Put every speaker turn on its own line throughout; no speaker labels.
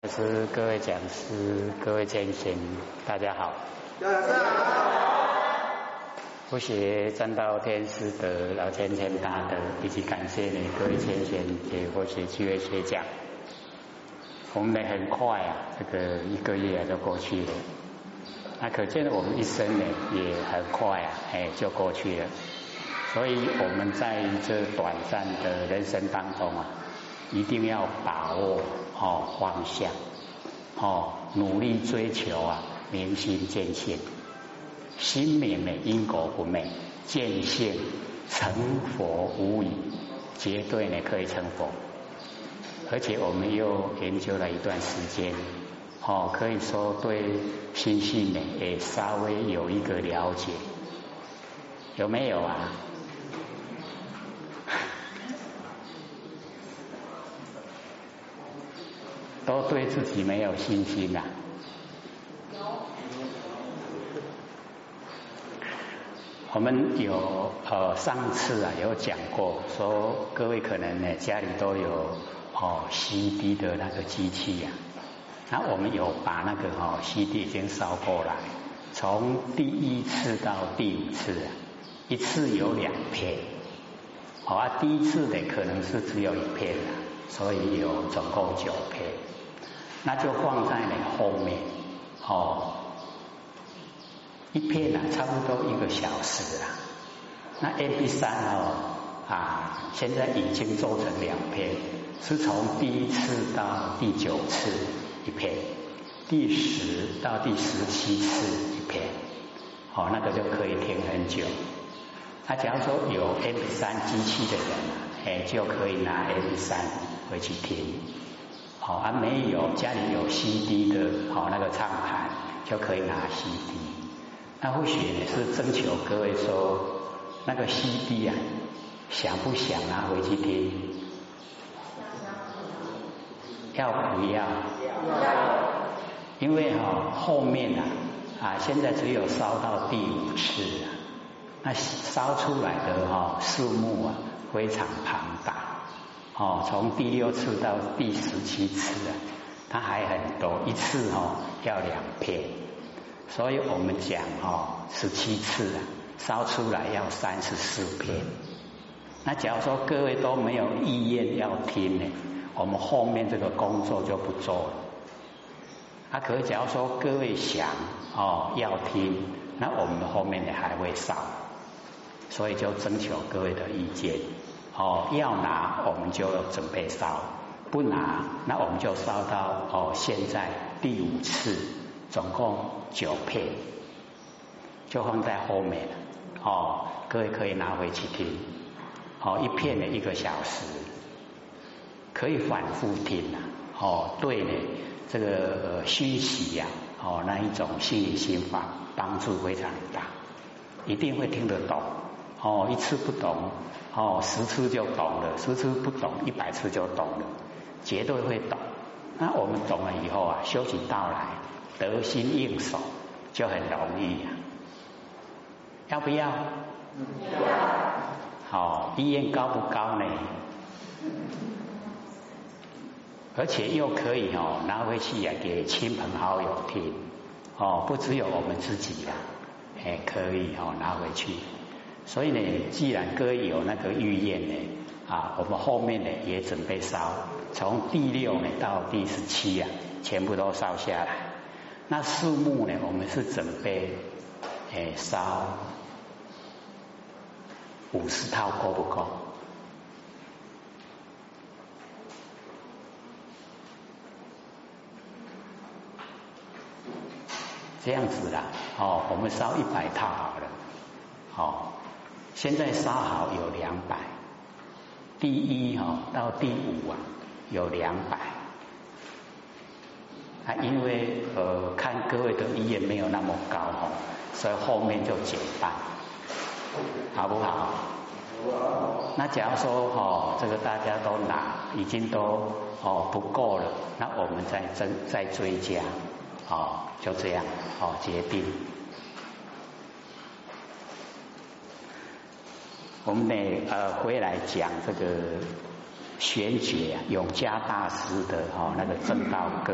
是各位讲师、各位先贤，大家好。佛学占道天师德老千千大德，以及感谢你各位先贤给佛学机会学讲。我们呢很快啊，这个1个月就过去了。那可见我们一生呢也很快啊，就过去了。所以我们在这短暂的人生当中啊，一定要把握方向，努力追求啊明心见性，心明呢因果不昧，见性成佛无疑，绝对呢可以成佛。而且我们又研究了一段时间，可以说对心性呢也稍微有一个了解，有没有啊？都对自己没有信心啊。我们有上次啊有讲过，说各位可能呢家里都有CD 的那个机器啊，那我们有把那个CD 已经烧过来，从第1次到第5次啊，一次有2片，第1次的可能是只有1片啊，所以有总共9片。那就放在后面，一片啊，差不多1个小时啊。那 MP3 现在已经做成2片，是从第1次到第9次1片，第10到第17次1片，那个就可以听很久。那假如说有 MP3 机器的人啊，就可以拿 MP3 回去听。没有家里有 CD 的那个唱盘，就可以拿 CD。那或许呢是征求各位说，那个 CD 啊，想不想拿回去听？要不要？因为后面啊现在只有烧到第5次啊，那烧出来的数目啊非常庞大。从第6次到第17次啊，它还很多，一次要2片，所以我们讲17次啊，烧出来要34片。那假如说各位都没有意愿要听呢，我们后面这个工作就不做了。可是假如说各位想要听，那我们后面呢还会烧，所以就征求各位的意见。要拿我们就准备烧，不拿那我们就烧到现在第5次，总共9片，就放在后面了。各位可以拿回去听。一片呢1个小时，可以反复听啊。对呢，这个熏习呀，那一种心理心法帮助非常大，一定会听得懂。一次不懂10次就懂了，10次不懂100次就懂了，绝对会懂。那我们懂了以后啊，修行到来得心应手就很容易啊。要不要？要。意愿高不高呢？而且又可以拿回去给亲朋好友听，不只有我们自己可以拿回去。所以呢，既然各位有那个意愿呢，我们后面呢也准备烧，从第6呢到第17啊，全部都烧下来。那数目呢，我们是准备烧50套，够不够？这样子啦，我们烧100套好了，现在烧好有200，第1到第5啊有200，因为看各位的意愿没有那么高所以后面就减半，好不好？那假如说这个大家都拿，已经都不够了，那我们再追加，就这样决定。我们呢回来讲这个玄觉永嘉大师的那个正道歌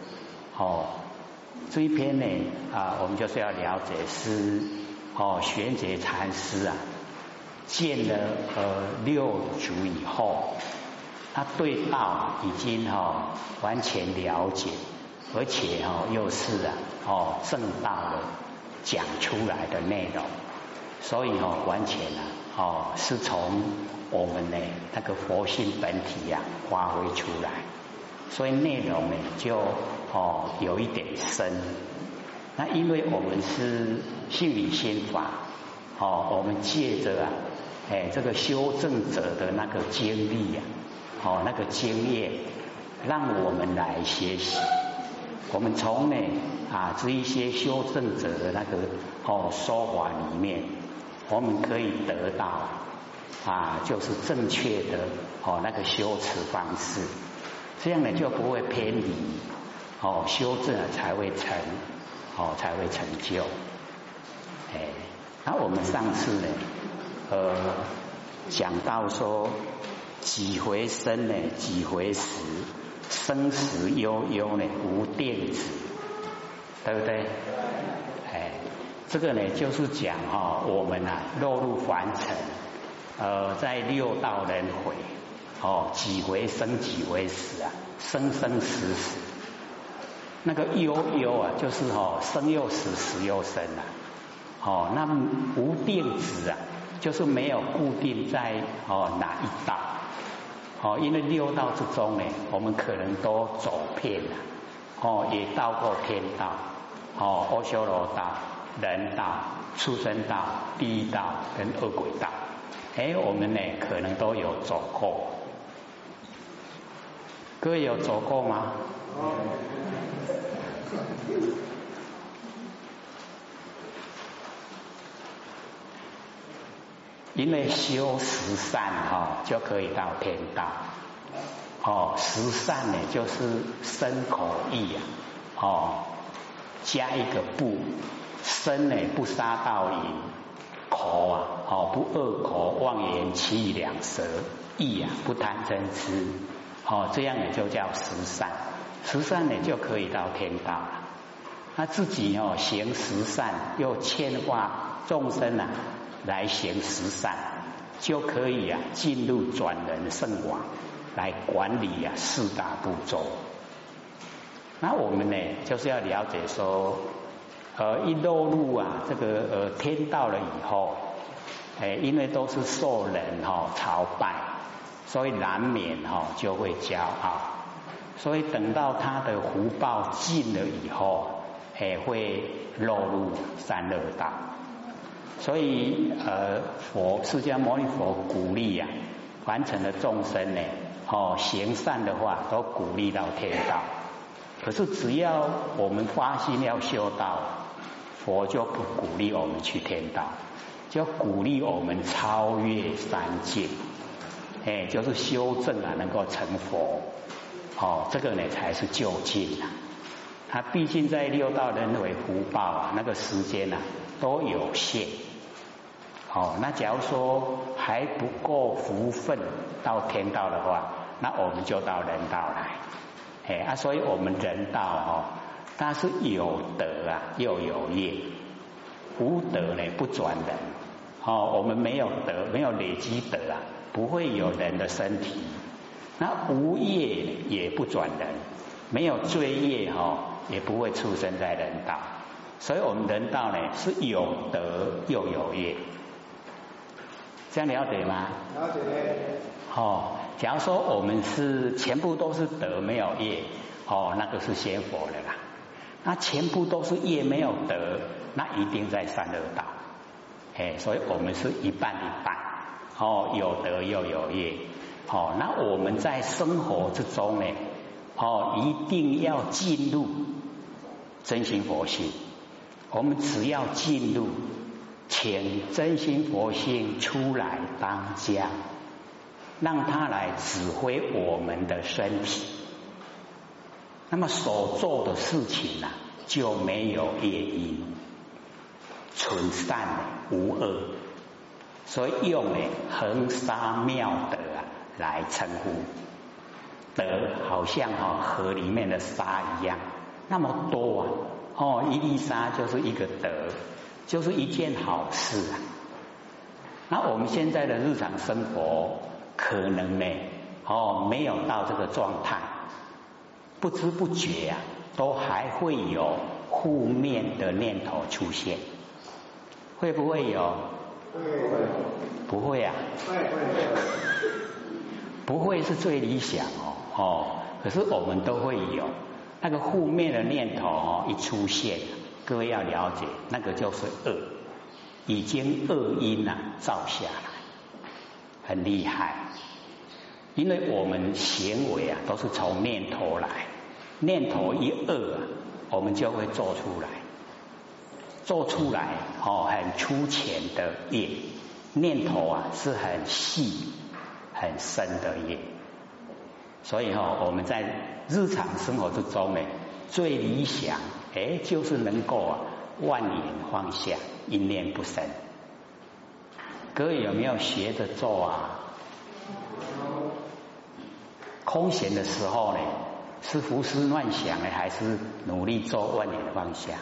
这一篇呢我们就是要了解是玄觉禅师见了六祖以后，他对道已经完全了解，而且又是正道的讲出来的内容，所以完全是从我们呢那个佛性本体发挥出来，所以内容呢就有一点深。那因为我们是性理心法我们借着这个修正者的那个经历那个经验，让我们来学习。我们从呢这一些修正者的那个说法里面，我们可以得到就是正确的那个修持方式，这样呢就不会偏离修正才会成就。那我们上次呢讲到说几回生呢几回死，生死悠悠呢无定止，对不对？这个呢就是讲我们落入凡尘在六道轮回几回生几回死生生死死，那个悠悠就是生又死死又生那无定止就是没有固定在哪一道因为六道之中呢，我们可能都走遍了也到过天道阿修罗道、人道、畜生道、地狱道跟恶鬼道我们呢可能都有走过。各位有走过吗？因为修十善就可以到天道十善呢就是身口意加一个不，身呢不杀盗淫，口不恶口妄言欺语两舌，意不贪嗔痴这样呢就叫十善。十善呢就可以到天道了。他自己行十善，又劝化众生来行十善，就可以进入转人圣王来管理四大部洲。那我们呢就是要了解说一落入这个天道了以后因为都是受人朝拜，所以难免就会骄傲，所以等到他的福报尽了以后会落入三恶道。所以释迦牟尼佛鼓励凡尘的众生呢行善的话都鼓励到天道，可是只要我们发心要修道，佛就不鼓励我们去天道，就鼓励我们超越三界就是修正能够成佛这个呢才是究竟他毕竟在六道轮回福报那个时间都有限那假如说还不够福分到天道的话，那我们就到人道来所以我们人道它是有德又有业，无德呢不转人我们没有德，没有累积德不会有人的身体。那无业也不转人，没有罪业也不会出生在人道。所以我们人道呢是有德又有业，这样了解吗？了解。假如说我们是全部都是德没有业那个是仙佛的啦。那全部都是业没有德，那一定在三恶道所以我们是一半一半有德又有业那我们在生活之中呢一定要进入真心佛性。我们只要进入，请真心佛性出来当家，让他来指挥我们的身体，那么所做的事情就没有业因，纯善无恶，所以用恒沙妙德来称呼。德好像河里面的沙一样，那么多啊，一粒沙就是一个德，就是一件好事啊。那我们现在的日常生活可能呢，没有到这个状态，不知不觉啊，都还会有负面的念头出现，会不会有？不会啊，不会是最理想可是我们都会有那个负面的念头一出现，各位要了解，那个就是恶，已经恶因造下来，很厉害。因为我们行为都是从念头来，念头一恶我们就会做出来，做出来很粗浅的业，念头是很细很深的业。所以我们在日常生活之中最理想就是能够万年放下，一念不生。各位有没有学着做啊？空闲的时候呢，是胡思乱想呢，还是努力做万年放下？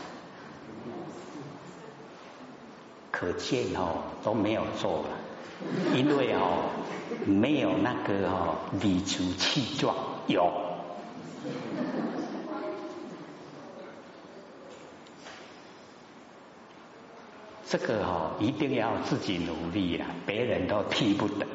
可见都没有做了，因为没有那个理直气壮。有这个一定要自己努力啊，别人都替不得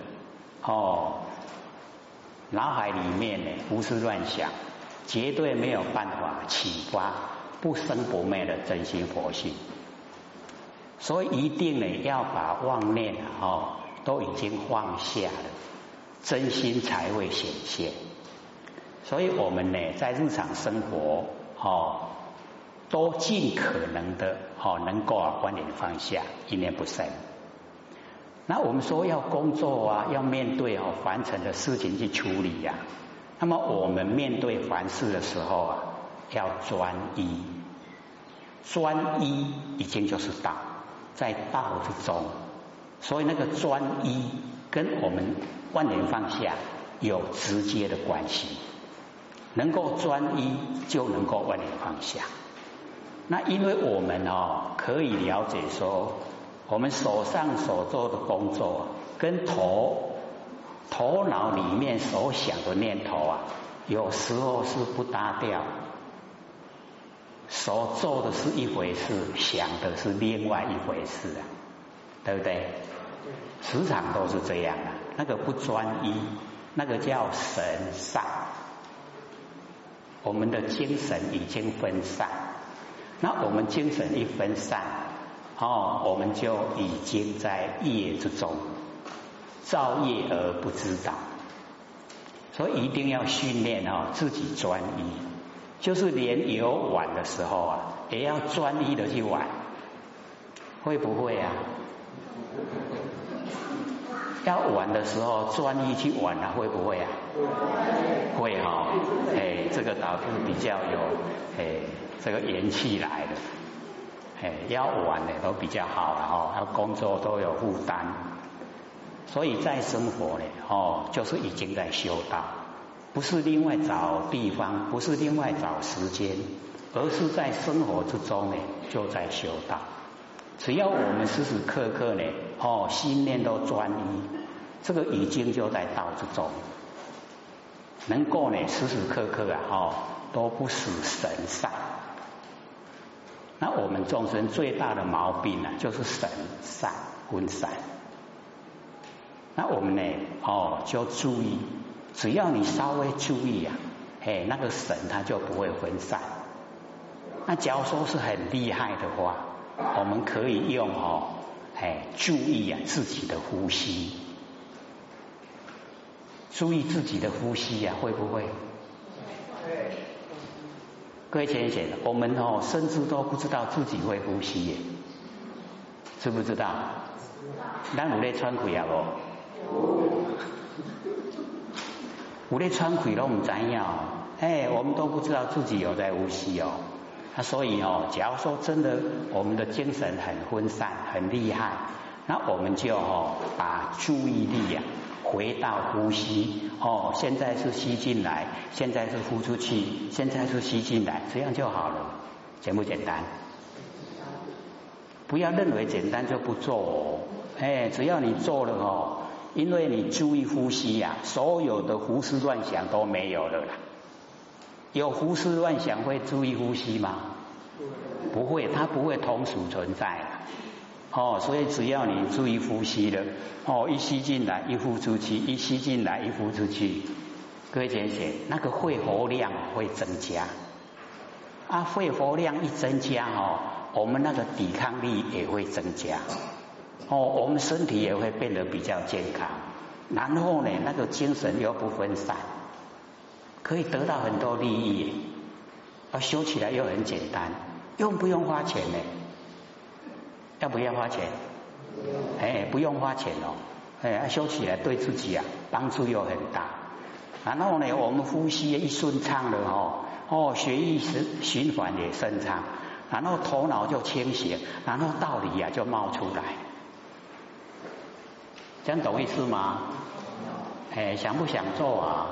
脑海里面胡思乱想，绝对没有办法启发不生不灭的真心佛性。所以一定要把妄念都已经放下了，真心才会显现。所以我们在日常生活都尽可能的能够万年放下，一念不生。那我们说要工作要面对凡尘的事情去处理呀，那么我们面对凡事的时候要专一，专一已经就是道，在道之中。所以那个专一跟我们万年放下有直接的关系，能够专一就能够万年放下。那因为我们可以了解说，我们手上所做的工作跟头脑里面所想的念头有时候是不搭调，所做的是一回事，想的是另外一回事对不对？时常都是这样那个不专一，那个叫神散，我们的精神已经分散。那我们精神一分散我们就已经在业之中造业而不知道。所以一定要训练自己专一，就是连游玩的时候也要专一的去玩。会不会要玩的时候专一去玩会不会会这个倒是比较有这个元气来的。要玩都比较好要工作都有负担。所以在生活就是已经在修道，不是另外找地方，不是另外找时间，而是在生活之中就在修道。只要我们时时刻刻心念都专一，这个已经就在道之中，能够时时刻刻都不死神散。那我们众生最大的毛病就是神散分散。那我们就注意，只要你稍微注意那个神它就不会分散。那假如说是很厉害的话，我们可以用注意自己的呼吸，注意自己的呼吸会不会？各位浅显，我们甚至都不知道自己会呼吸耶，知不知道？咱有在喘气有在喘气都不知道我们都不知道自己有在呼吸所以假如说真的我们的精神很分散很厉害，那我们就把注意力回到呼吸，现在是吸进来，现在是呼出去，现在是吸进来，这样就好了，简不简单？不要认为简单就不做哦，只要你做了因为你注意呼吸呀，所有的胡思乱想都没有了啦。有胡思乱想会注意呼吸吗？不会，它不会同时存在所以只要你注意呼吸了，一吸进来一呼出去，一吸进来一呼出去，各位先生，那个肺活量会增加肺活量一增加我们那个抵抗力也会增加我们身体也会变得比较健康，然后呢那个精神又不分散，可以得到很多利益，修起来又很简单，用不用花钱呢？要不要花钱？不用花钱修起来对自己帮助又很大。然后呢，我们呼吸一顺畅了血液循环也顺畅，然后头脑就清醒，然后道理就冒出来。这样懂意思吗？想不想做啊？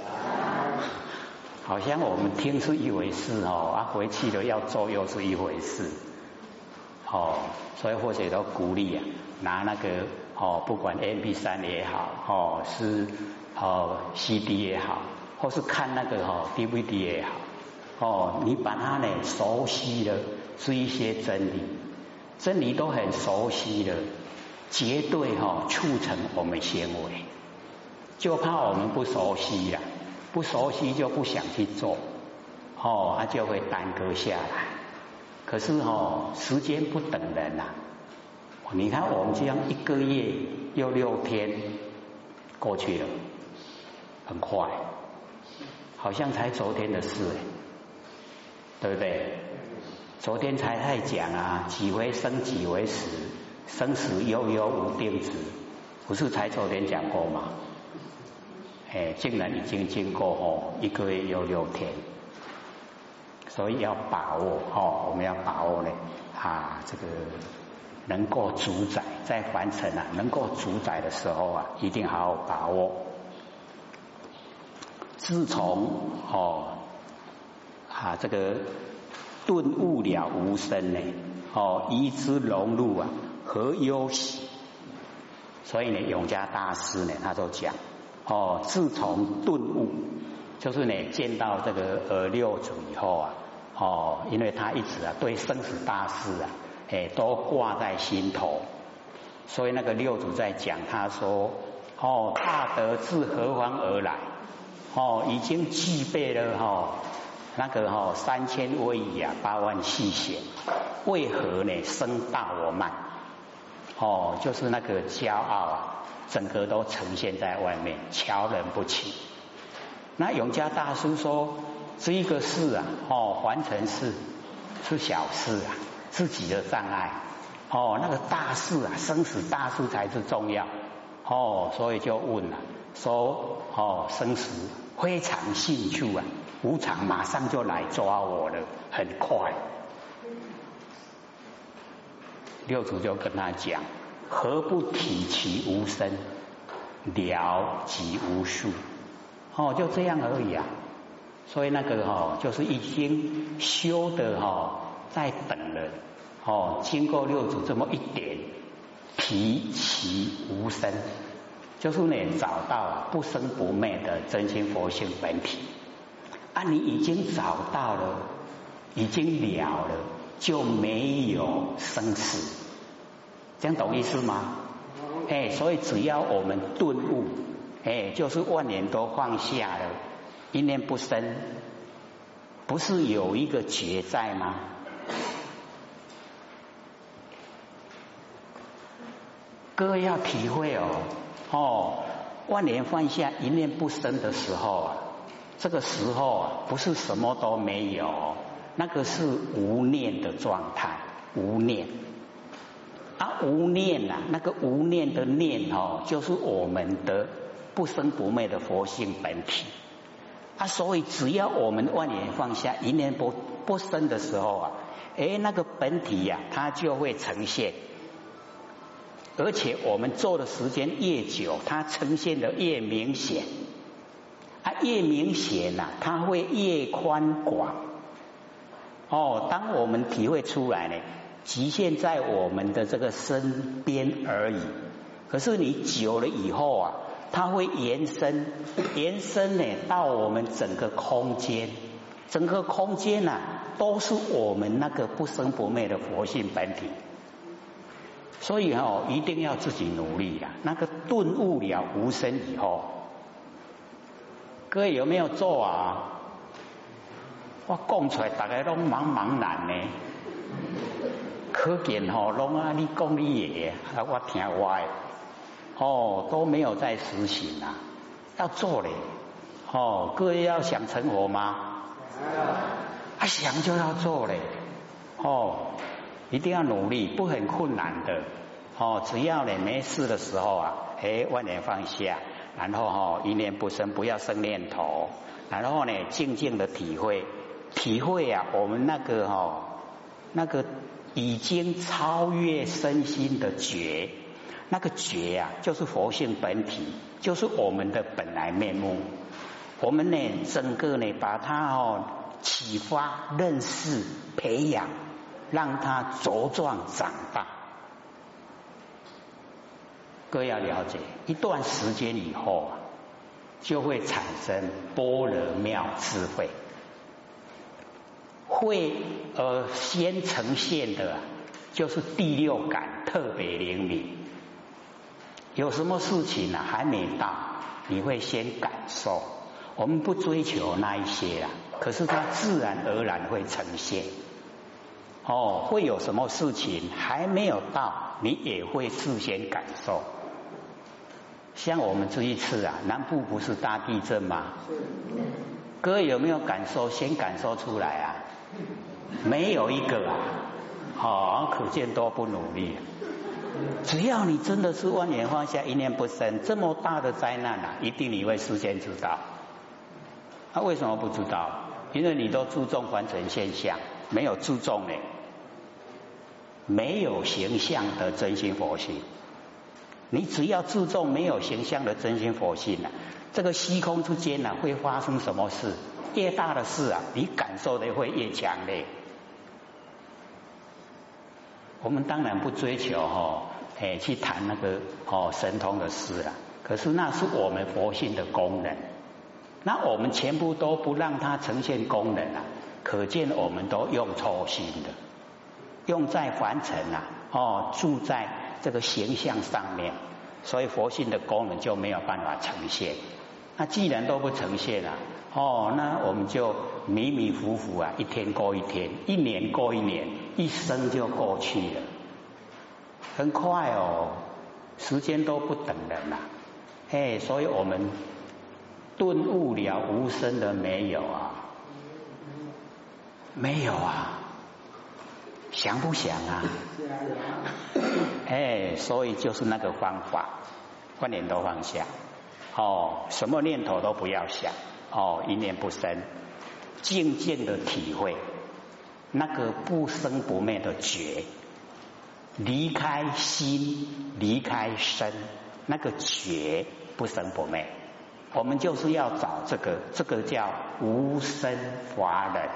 好像我们听是一回事回去了要做又是一回事所以或者都鼓励拿那个不管 MP3 也好是CD 也好，或是看那个DVD 也好你把它呢熟悉了，是一些真理都很熟悉了，绝对促成我们行为，就怕我们不熟悉了，不熟悉就不想去做就会耽搁下来。可是时间不等人你看我们这样一个月又6天过去了，很快，好像才昨天的事对不对？昨天才在讲几回生几回死，生死悠悠无定止，不是才昨天讲过吗？竟然已经经过一个月又6天，所以要把握我们要把握呢这个能够主宰，在凡尘能够主宰的时候一定好好把握。自从这个顿悟了无生呢移之融入何忧喜。所以呢永嘉大师呢他就讲自从顿悟，就是呢见到这个六祖以后因为他一直对生死大事都挂在心头，所以那个六祖在讲他说大德自何方而来已经具备了那个3000威仪8万细显，为何呢生大我慢就是那个骄傲整个都呈现在外面，瞧人不起。那永嘉大师说这一个事凡尘事是小事自己的障碍那个大事生死大事才是重要所以就问说生死非常迅速无常马上就来抓我了，很快。六祖就跟他讲，何不体其无生，了即无数就这样而已所以那个就是已经修的在等人经过六祖这么一点，体其无生，就是呢找到不生不灭的真心佛性本体你已经找到了，已经了了，就没有生死，这样懂意思吗？所以只要我们顿悟就是万念都放下了，一念不生，不是有一个觉在吗？各位要体会万念放下一念不生的时候这个时候不是什么都没有，那个是无念的状态，无念无念那个无念的念就是我们的不生不灭的佛性本体所以只要我们万念放下一念不生的时候那个本体它就会呈现， 而且我们做的时间越久，它呈现的越明显啊，越明显啊，它会越宽广。当我们体会出来呢，局限在我们的这个身边而已。可是你久了以后啊，它会延伸呢到我们整个空间，整个空间啊都是我们那个不生不灭的佛性本体。所以一定要自己努力啊！那个顿悟了无生以后，各位有没有做啊？我讲出来，大家都茫然呢。可见拢你讲你的，我听我的，都没有在实行啊，要做嘞。各位要想成佛吗？想就要做嘞。一定要努力，不很困难的。只要你没事的时候啊，万念放下，然后一念不生，不要生念头，然后呢，静静的体会啊，我们那个已经超越身心的觉，那个觉啊，就是佛性本体，就是我们的本来面目。我们呢，整个呢，把它启发、认识、培养。让它茁壮长大。各位要了解，一段时间以后啊，就会产生般若妙智慧，会先呈现的就是第六感特别灵敏。有什么事情还没到，你会先感受。我们不追求那一些可是它自然而然会呈现。会有什么事情还没有到，你也会事先感受。像我们这一次南部不是大地震吗？各位有没有感受？先感受出来没有一个可见都不努力。只要你真的是万念放下，一念不生，这么大的灾难一定你会事先知道。为什么不知道？因为你都注重凡尘现象，没有注重没有形象的真心佛性。你只要注重没有形象的真心佛性这个虚空之间会发生什么事？越大的事你感受的会越强烈。我们当然不追求去谈那个神通的事可是那是我们佛性的功能。那我们全部都不让它呈现功能可见我们都用错心的，用在凡尘住在这个形象上面，所以佛性的功能就没有办法呈现。那既然都不呈现那我们就迷迷糊糊一天过一天，一年过一年，一生就过去了，很快时间都不等人所以我们顿悟了无生的没有没有想不想所以就是那个方法，万念都放下什么念头都不要想一念不生，静静的体会那个不生不灭的觉，离开心，离开身，那个觉不生不灭。我们就是要找这个叫无生法忍，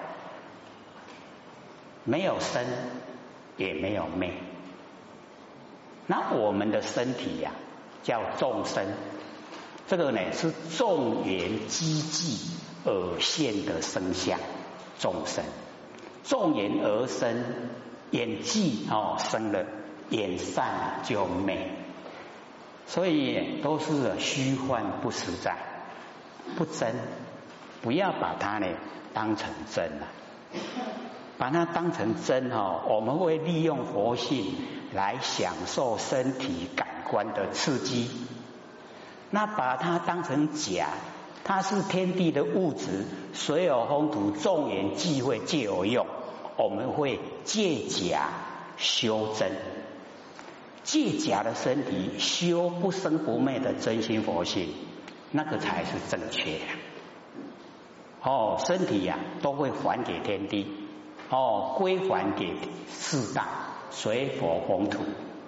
没有生也没有灭。那我们的身体叫众生，这个是众缘积聚而现的生相，众生众缘而生，缘聚生了，缘散就灭。所以都是虚幻不实在，不真，不要把它当成真把它当成真我们会利用佛性来享受身体感官的刺激。那把它当成假，它是天地的物质，水有风土，众缘际会皆有用，我们会借假修真，借假的身体修不生不灭的真心佛性，那个才是正确的身体都会还给天地归还给四大水火风土，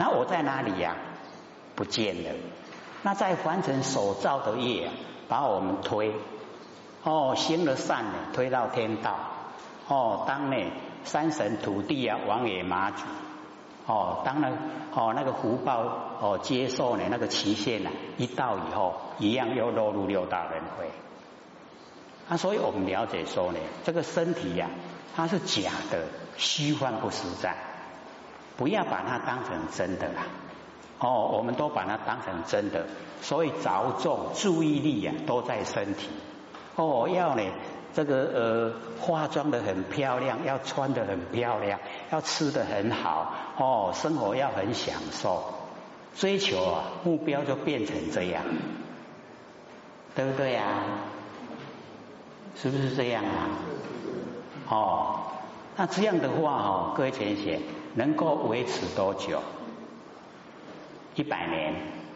那我在哪里呀？不见了。那在凡尘所造的业啊，把我们推行了善呢，推到天道当呢山神土地啊，王爷马祖当然那个福报接受呢那个期限一到以后，一样又落入六道轮回。所以我们了解说呢，这个身体呀，它是假的，虚幻不实在，不要把它当成真的啦。我们都把它当成真的，所以着重注意力啊都在身体。要呢这个化妆得很漂亮，要穿得很漂亮，要吃得很好生活要很享受，追求啊目标就变成这样，对不对啊？是不是这样啊？那这样的话各位同学能够维持多久？100年，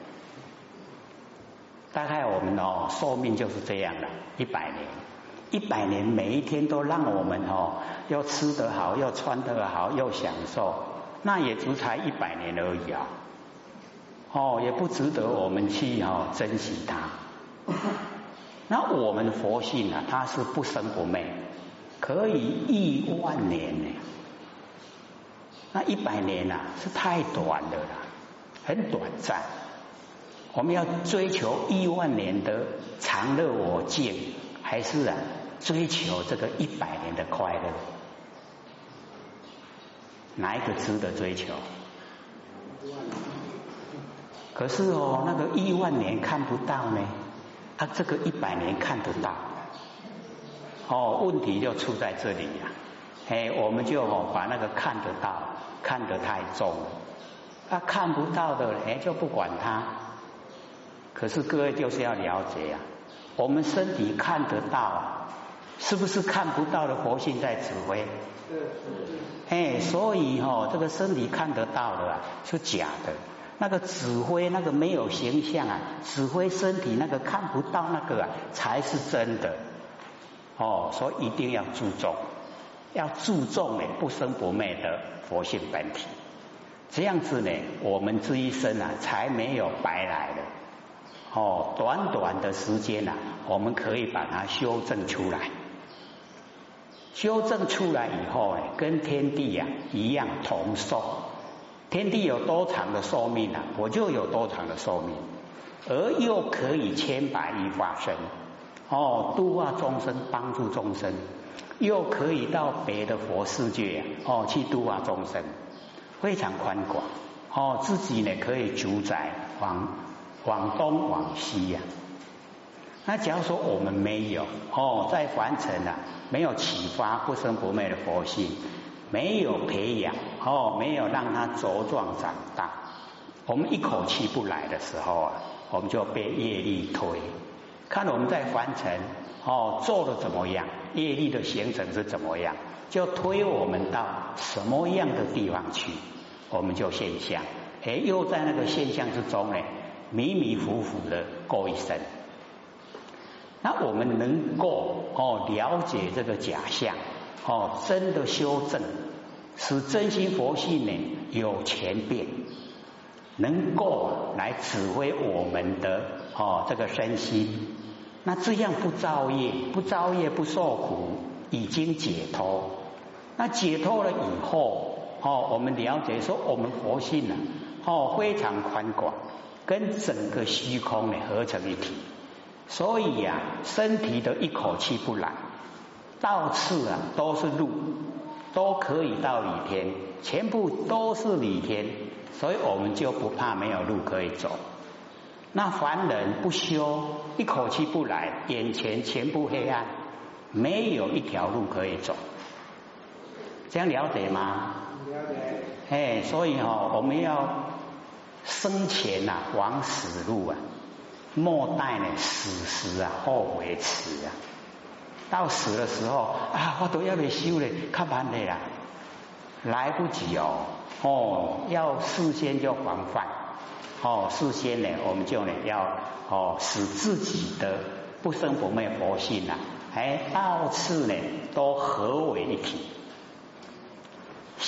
大概我们寿命就是这样了，100年，100年每一天都让我们又吃得好，又穿得好，又享受，那也只才100年而已也不值得我们去珍惜它。那我们佛性啊，它是不生不灭，可以亿万年呢。那100年是太短了啦，很短暂。我们要追求亿万年的常乐我净，还是追求这个100年的快乐？哪一个值得追求？可是那个亿万年看不到呢，这个100年看得到。问题就出在这里我们就把那个看得到看得太重了，看不到的就不管它。可是各位就是要了解我们身体看得到是不是看不到的佛性在指挥？所以这个身体看得到的是假的，那个指挥那个没有形象指挥身体那个看不到那个才是真的所以一定要注重，要注重不生不灭的佛性本体，这样子呢，我们这一生才没有白来的短短的时间我们可以把它修正出来。修正出来以后跟天地一样同寿。天地有多长的寿命我就有多长的寿命，而又可以千百亿化身度化众生，帮助众生，又可以到别的佛世界去度化众生，非常宽广自己呢可以主宰往东往西那假如说我们没有在凡尘没有启发不生不灭的佛性，没有培养没有让它茁壮长大，我们一口气不来的时候我们就被业力推。看我们在凡尘做的怎么样，业力的形成是怎么样，就推我们到什么样的地方去，我们就现象又在那个现象之中迷迷糊糊的过一生。那我们能够了解这个假象真的修正，使真心佛性有前变，能够来指挥我们的这个身心，那这样不造业不受苦，已经解脱。那解脱了以后我们了解说我们佛性非常宽广，跟整个虚空合成一体，所以身体的一口气不来，到处都是路，都可以到理天，全部都是理天，所以我们就不怕没有路可以走。那凡人不修，一口气不来，眼前全部黑暗，没有一条路可以走。这样了解吗？了解。所以我们要生前往死路莫待死时后悔迟到死的时候我都要来修了，看盘的啦，来不及要事先就防范事先我们就要使自己的不生不灭佛性到次都合为一体。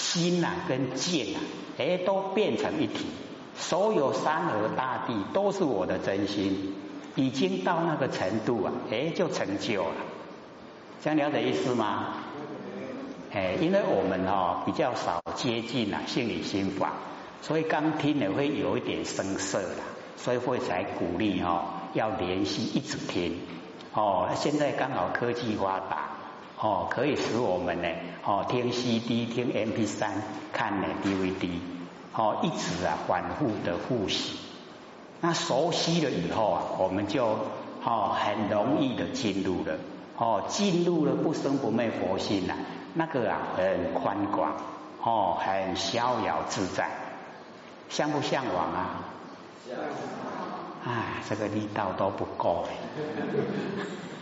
心啊跟见啊，都变成一体。所有山河大地都是我的真心，已经到那个程度啊，就成就了。这样了解意思吗？因为我们比较少接近心理心法，所以刚听了会有一点生涩啦，所以会才鼓励要连续一直听。现在刚好科技发达，可以使我们呢听 CD 听 MP3 看呢 DVD， 一直反复的复习。那熟悉了以后我们就很容易的进入了，进入了不生不灭佛心那个很宽广，很逍遥自在。向不向往啊？这个力道都不够